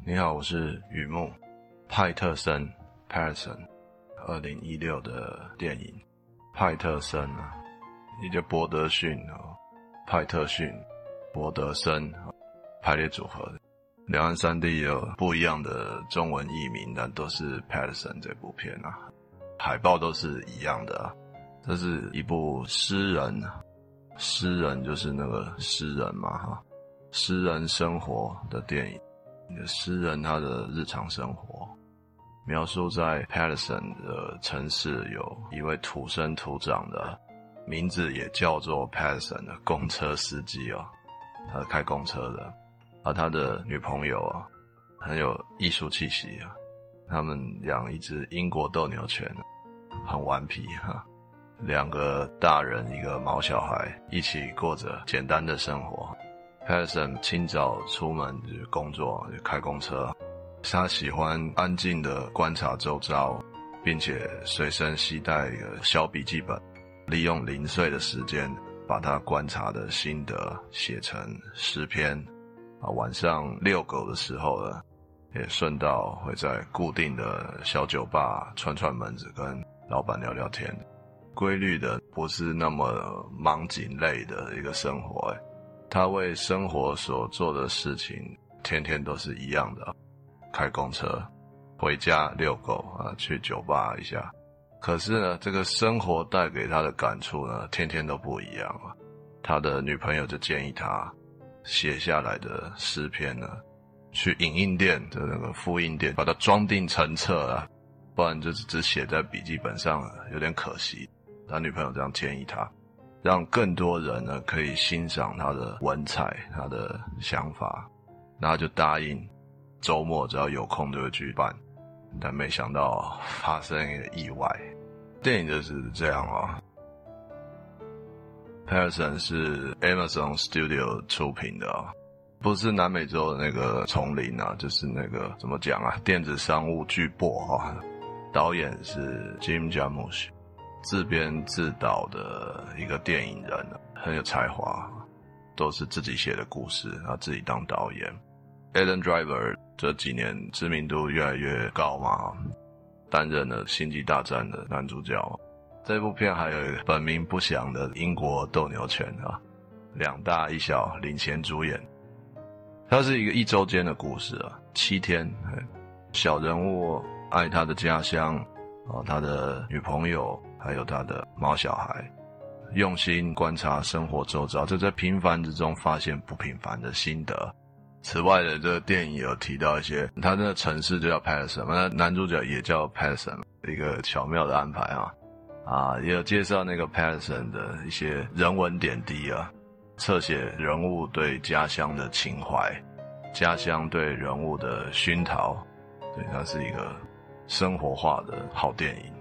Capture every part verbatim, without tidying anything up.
你好，我是雨木。派特森 Patterson 二零一六的电影。派特森啊，一个博德逊啊，派特逊、博德森排列组合。两岸三地有不一样的中文译名，但都是 Patterson 这部片啊，海报都是一样的啊。这是一部诗人，诗人就是那个诗人嘛哈，诗人生活的电影。诗人他的日常生活描述在 Patterson 的城市有一位土生土长的，名字也叫做 Patterson 的公车司机哦，他是开公车的，而他的女朋友啊很有艺术气息啊，他们养一只英国斗牛犬，很顽皮哈，两个大人一个毛小孩一起过着简单的生活。Patterson 清早出门就工作，就开公车。他喜欢安静的观察周遭，并且随身携带一个小笔记本，利用零碎的时间把他观察的心得写成诗篇。啊，晚上遛狗的时候呢，也顺道会在固定的小酒吧串串门子，跟老板聊聊天。规律的，不是那么忙紧累的一个生活。他为生活所做的事情天天都是一样的，开公车，回家遛狗啊，去酒吧一下。可是呢，这个生活带给他的感触呢，天天都不一样啊。他的女朋友就建议他写下来的诗篇呢，去影印店的那个复印店把它装订成册啊，不然就是只写在笔记本上有点可惜。他女朋友这样建议他，让更多人呢可以欣赏他的文采，他的想法，那他就答应周末只要有空就会举办。但没想到发生一个意外。电影就是这样啊。Patterson 是 Amazon Studio 出品的啊，不是南美洲的那个丛林啊，就是那个怎么讲啊，电子商务巨擘啊。导演是 Jim Jarmusch，自编自导的一个电影人，很有才华，都是自己写的故事，他自己当导演。Adam Driver 这几年知名度越来越高嘛，担任了《星际大战》的男主角。这部片还有一个本名不详的英国斗牛犬啊，两大一小领衔主演。它是一个一周间的故事啊，七天，小人物爱他的家乡啊，他的女朋友还有他的毛小孩，用心观察生活周遭，就在平凡之中发现不平凡的心得。此外的这个电影有提到一些，他那个城市就叫 Patterson， 那男主角也叫 Patterson， 一个巧妙的安排啊。啊，也有介绍那个 Patterson 的一些人文点滴啊，侧写人物对家乡的情怀，家乡对人物的熏陶，对，它是一个生活化的好电影。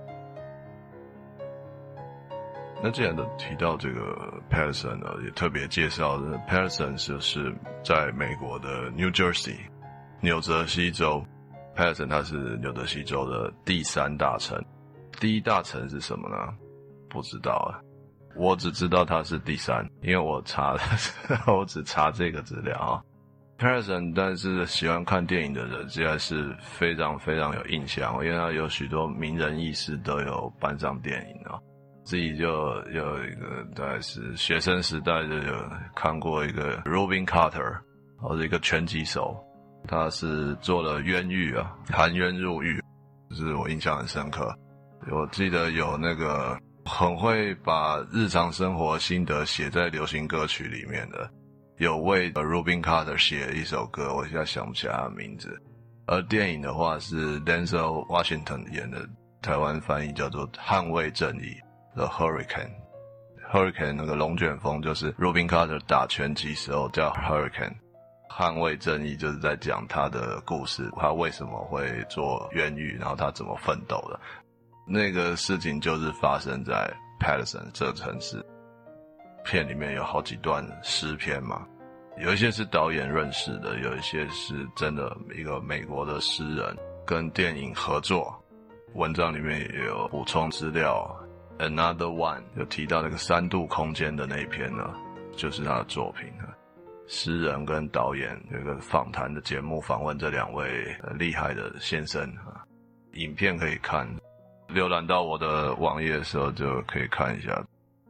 那既然都提到这个 Patterson 呢，也特别介绍的 Patterson 就是在美国的 New Jersey 纽泽西州。 Patterson 它是纽泽西州的第三大城。第一大城是什么呢？不知道啊，我只知道它是第三，因为我查我只查这个资料啊。Patterson 但是喜欢看电影的人现在是非常非常有印象，因为他有许多名人轶事都有搬上电影啊。自己就有一个大概是学生时代就有看过一个 Rubin Carter， 或者一个拳击手，他是做了冤狱啊，含冤入狱，就是我印象很深刻。我记得有那个很会把日常生活心得写在流行歌曲里面的，有为 Rubin Carter 写了一首歌，我现在想不起来他的名字。而电影的话是 Denzel Washington 演的，台湾翻译叫做捍卫正义 The Hurricane。 Hurricane 那个龙卷风就是 Rubin Carter 打拳击时候叫 Hurricane， 捍卫正义就是在讲他的故事，他为什么会做冤狱，然后他怎么奋斗的。那个事情就是发生在 Patterson 这个城市。片里面有好几段诗篇嘛，有一些是导演认识的，有一些是真的一个美国的诗人跟电影合作。文章里面也有补充资料， Another One 有提到那个三度空间的那一篇呢，就是他的作品。 诗人跟导演有一个访谈的节目，访问这两位厉害的先生啊，影片可以看，浏览到我的网页的时候就可以看一下。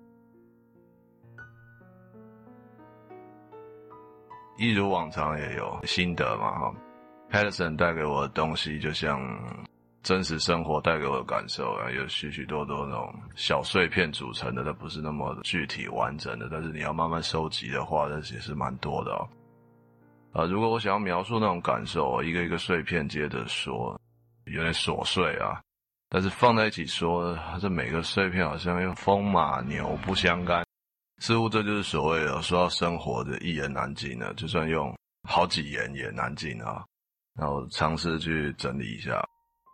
一如往常也有心得嘛哈 ，Patterson 带给我的东西就像真实生活带给我的感受啊，有许许多多那种小碎片组成的，它不是那么具体完整的，但是你要慢慢收集的话，那也是蛮多的哦。啊，如果我想要描述那种感受，一个一个碎片接着说，有点琐碎啊，但是放在一起说，这每个碎片好像又风马牛不相干，似乎这就是所谓的说到生活的一言难尽了，就算用好几言也难尽啊。然后尝试去整理一下。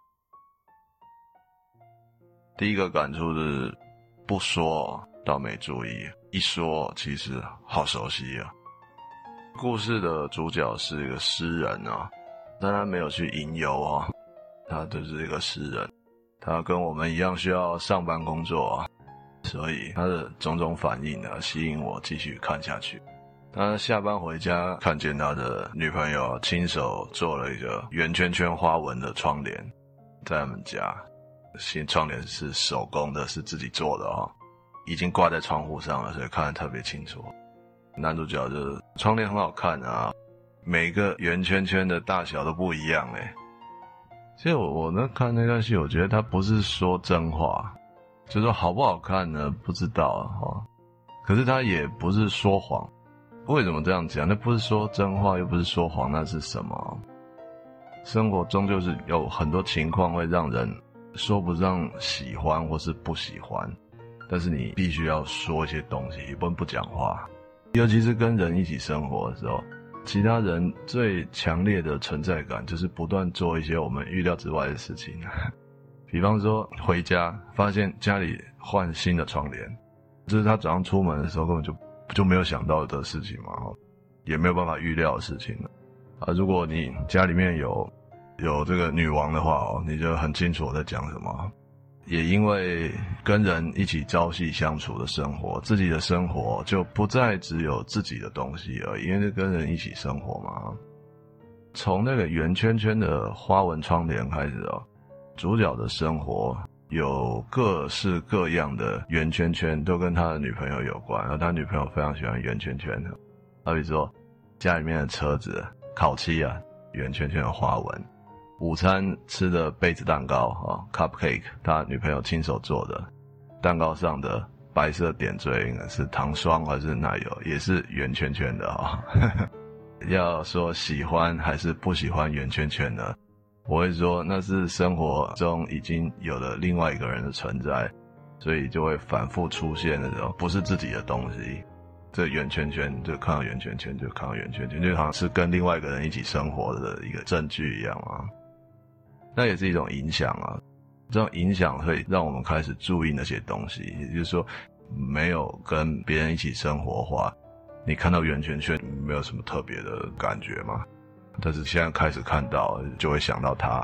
第一个感触是，不说倒没注意，一说其实好熟悉啊。故事的主角是一个诗人啊，但他没有去吟游啊，他就是一个诗人，他跟我们一样需要上班工作啊，所以他的种种反应呢，吸引我继续看下去。他下班回家，看见他的女朋友亲手做了一个圆圈圈花纹的窗帘，在他们家。新窗帘是手工的，是自己做的哦，已经挂在窗户上了，所以看得特别清楚。男主角就是窗帘很好看啊，每个圆圈圈的大小都不一样诶。其实我我那看那段戏，我觉得他不是说真话，就是说好不好看呢不知道哦，可是他也不是说谎。为什么这样讲？那不是说真话，又不是说谎，那是什么？生活中就是有很多情况会让人说不上喜欢或是不喜欢，但是你必须要说一些东西，不能不讲话。尤其是跟人一起生活的时候，其他人最强烈的存在感就是不断做一些我们预料之外的事情。比方说回家发现家里换新的窗帘，这是他早上出门的时候根本就就没有想到的事情嘛，也没有办法预料的事情啊。如果你家里面有有这个女王的话哦，你就很清楚我在讲什么。也因为跟人一起朝夕相处的生活，自己的生活就不再只有自己的东西而已，因为是跟人一起生活嘛。从那个圆圈圈的花纹窗帘开始哦，主角的生活有各式各样的圆圈圈，都跟他的女朋友有关，然后他女朋友非常喜欢圆圈圈的。好比说家里面的车子烤漆啊，圆圈圈的花纹。午餐吃的杯子蛋糕啊 ，cupcake， 他女朋友亲手做的，蛋糕上的白色点缀应该是糖霜还是奶油，也是圆圈圈的啊。要说喜欢还是不喜欢圆圈圈呢？我会说那是生活中已经有了另外一个人的存在，所以就会反复出现那种不是自己的东西。这圆圈圈就看到圆圈圈就看到圆圈圈，就好像是跟另外一个人一起生活的一个证据一样啊。那也是一种影响啊，这种影响会让我们开始注意那些东西，也就是说没有跟别人一起生活的话，你看到圆圈圈没有什么特别的感觉嘛，但是现在开始看到就会想到他。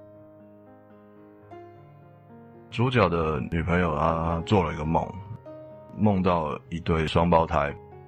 主角的女朋友她做了一个梦，梦到一对双胞胎，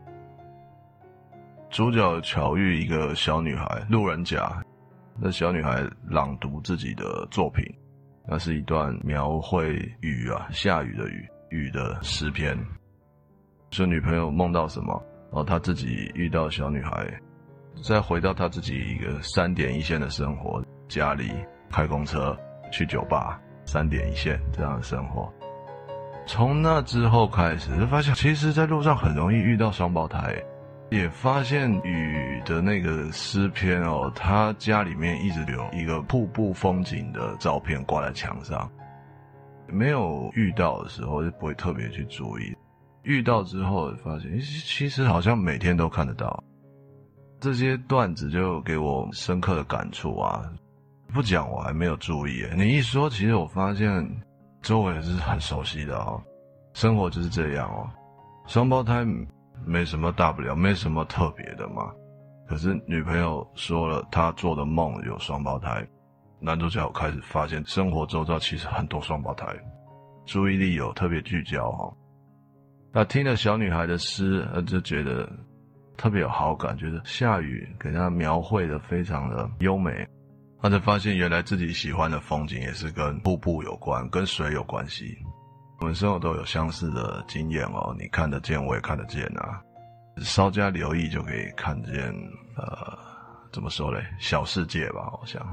主角巧遇一个小女孩路人甲，那小女孩朗读自己的作品，那是一段描绘雨啊，下雨的雨，雨的诗篇。说女朋友梦到什么，然后她自己遇到小女孩，再回到她自己一个三点一线的生活，家里开公车去酒吧，三点一线这样的生活。从那之后开始就发现，其实在路上很容易遇到双胞胎，也发现雨的那个诗篇哦，他家里面一直有一个瀑布风景的照片挂在墙上。没有遇到的时候就不会特别去注意，遇到之后发现其实好像每天都看得到。这些段子就给我深刻的感触啊，不讲我还没有注意，你一说其实我发现周围是很熟悉的哦，生活就是这样哦。双胞胎没什么大不了，没什么特别的嘛。可是女朋友说了她做的梦有双胞胎，男主角开始发现生活周遭其实很多双胞胎，注意力有特别聚焦哦。那听了小女孩的诗，就觉得特别有好感，觉得下雨给他描绘的非常的优美。他才发现原来自己喜欢的风景也是跟瀑布有关，跟水有关系。我们生活都有相似的经验哦，你看得见我也看得见啊，稍加留意就可以看见呃怎么说嘞，小世界吧，我想。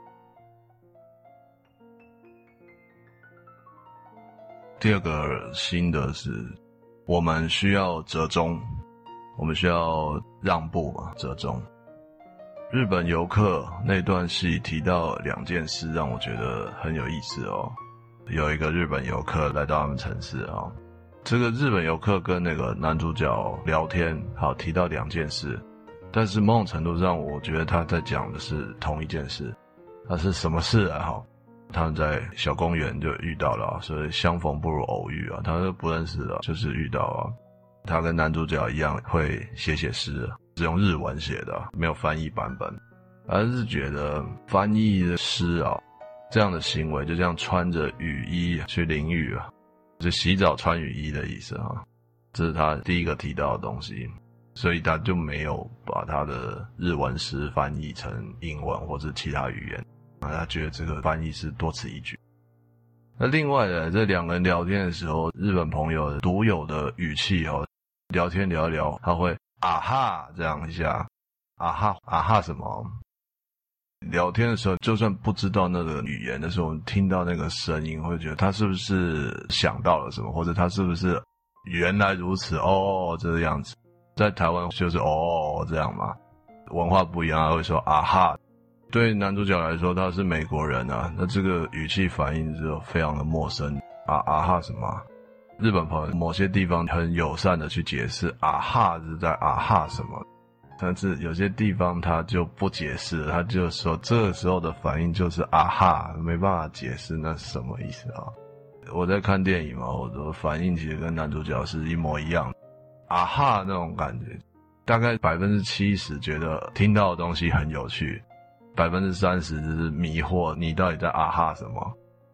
第二个心得是我们需要折中，我们需要让步嘛，折中。日本游客那段戏提到两件事让我觉得很有意思哦。有一个日本游客来到他们城市哦，这个日本游客跟那个男主角聊天，好提到两件事，但是某种程度上我觉得他在讲的是同一件事。那是什么事啊？好，他们在小公园就遇到了啊，所以相逢不如偶遇啊，他都不认识的，就是遇到啊。他跟男主角一样会写写诗，是用日文写的，没有翻译版本。而是觉得翻译的诗啊，这样的行为就这样穿着雨衣去淋雨啊，就洗澡穿雨衣的意思啊，这是他第一个提到的东西。所以他就没有把他的日文诗翻译成英文或者其他语言，他觉得这个翻译是多此一举。那另外的，这两个人聊天的时候，日本朋友独有的语气哦，聊天聊一聊，他会啊哈这样一下，啊哈啊哈什么？聊天的时候，就算不知道那个语言的时候，我们听到那个声音，会觉得他是不是想到了什么，或者他是不是原来如此哦这个样子。在台湾就是哦这样嘛，文化不一样，他会说啊哈。对男主角来说，他是美国人啊，那这个语气反应就非常的陌生啊啊哈什么？日本朋友某些地方很友善的去解释啊哈是在啊哈什么，但是有些地方他就不解释了，他就说这个时候的反应就是啊哈，没办法解释那是什么意思啊。我在看电影嘛，我的反应其实跟男主角是一模一样的，啊哈那种感觉，大概 百分之七十 觉得听到的东西很有趣， 百分之三十 就是迷惑你到底在啊哈什么。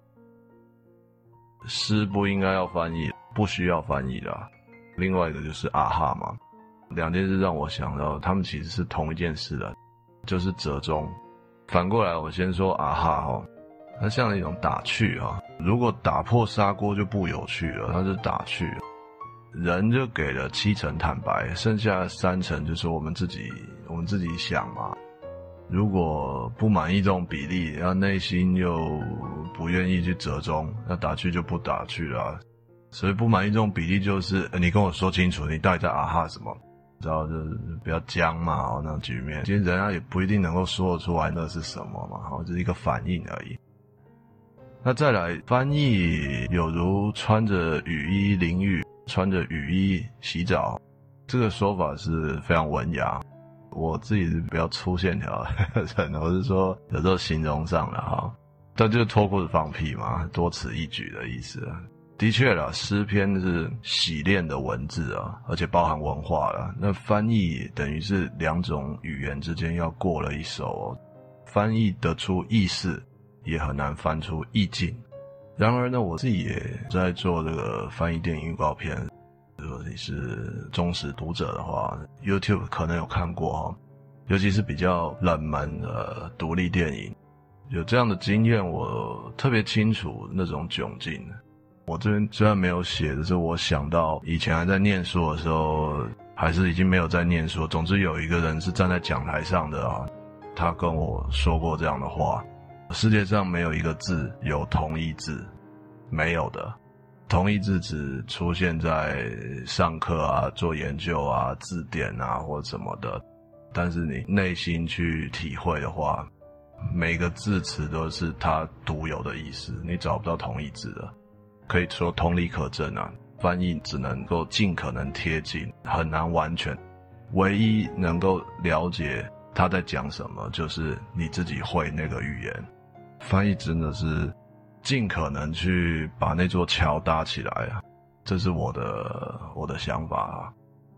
诗不应该要翻译，不需要翻译的啊。另外一个就是啊哈嘛，两件事让我想到他们其实是同一件事的，就是折中。反过来我先说啊哈齁，它像一种打趣啊，如果打破砂锅就不有趣了，它是打趣。人就给了七成坦白，剩下三成就是我们自己我们自己想嘛。如果不满意这种比例，然后内心又不愿意去折中，那打趣就不打趣了啊。所以不满意这种比例就是、呃、你跟我说清楚你到底在啊哈什么，知道就是不要僵嘛、哦、那种局面，其实人家也不一定能够说得出来那是什么嘛，哦，就是一个反应而已。那再来翻译有如穿着雨衣淋雨，穿着雨衣洗澡，这个说法是非常文雅。我自己是比较粗线条的人，我是说有时候形容上了哈，这就是脱裤子放屁嘛，多此一举的意思。的确啦，诗篇是洗练的文字啊，而且包含文化啦。那翻译等于是两种语言之间要过了一手哦，翻译得出意思，也很难翻出意境。然而呢，我自己也在做这个翻译电影预告片。如果你是忠实读者的话 YouTube 可能有看过齁，尤其是比较冷门的独立电影，有这样的经验，我特别清楚那种窘境。我这边虽然没有写，但是我想到以前还在念书的时候，还是已经没有在念书，总之有一个人是站在讲台上的啊，他跟我说过这样的话：世界上没有一个字有同义字，没有的。同义字只出现在上课啊、做研究啊、字典啊或什么的，但是你内心去体会的话，每个字词都是它独有的意思，你找不到同义字的。可以说同理可证啊，翻译只能够尽可能贴近，很难完全。唯一能够了解他在讲什么，就是你自己会那个语言。翻译真的是尽可能去把那座桥搭起来啊，这是我的我的想法啊。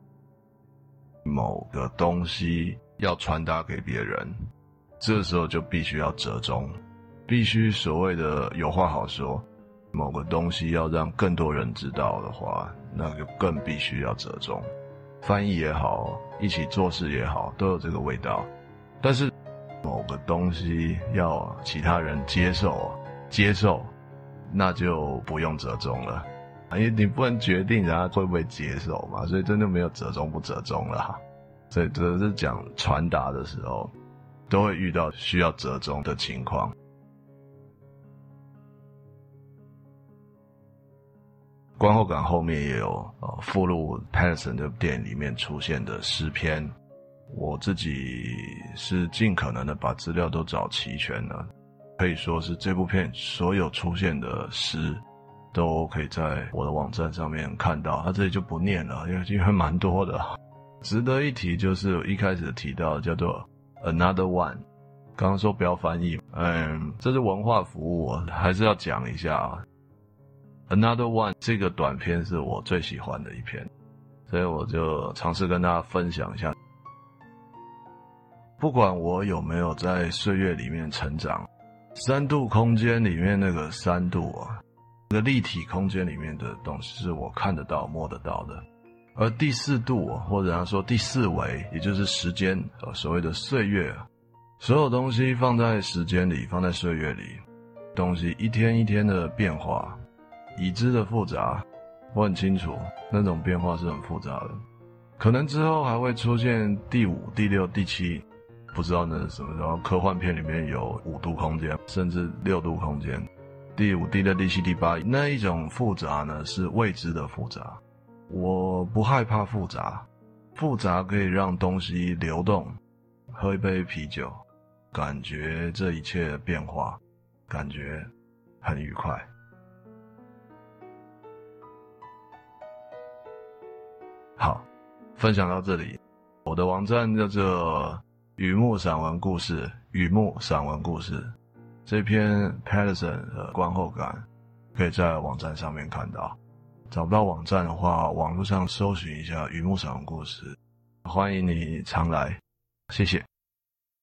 某个东西要传达给别人，这时候就必须要折中，必须所谓的有话好说。某个东西要让更多人知道的话，那就更必须要折中。 翻译也好，一起做事也好，都有这个味道。但是某个东西要其他人接受接受，那就不用折中了，因为你不能决定人家会不会接受嘛，所以真的没有折中不折中了。所以这是讲传达的时候都会遇到需要折中的情况。观后感后面也有呃附录 Patterson 的电影里面出现的诗篇，我自己是尽可能的把资料都找齐全了，可以说是这部片所有出现的诗都可以在我的网站上面看到，它这里就不念了，因为因为蛮多的。值得一提就是一开始提到叫做 Another One， 刚刚说不要翻译，嗯，这是文化服务，我还是要讲一下啊。Another One 这个短片是我最喜欢的一篇，所以我就尝试跟大家分享一下。不管我有没有在岁月里面成长，三度空间里面那个三度啊，那个立体空间里面的东西是我看得到摸得到的，而第四度或者说第四维，也就是时间，所谓的岁月，所有东西放在时间里，放在岁月里，东西一天一天的变化，已知的复杂，我很清楚那种变化是很复杂的，可能之后还会出现第五、第六、第七，不知道那是什么。然后科幻片里面有五度空间，甚至六度空间，第五、第六、第七、第八，那一种复杂呢是未知的复杂。我不害怕复杂，复杂可以让东西流动，喝一杯啤酒，感觉这一切的变化，感觉很愉快。好，分享到这里。我的网站叫做雨幕散文故事，雨幕散文故事，这篇 Patterson 的观后感可以在网站上面看到。找不到网站的话，网络上搜寻一下雨幕散文故事，欢迎你常来，谢谢。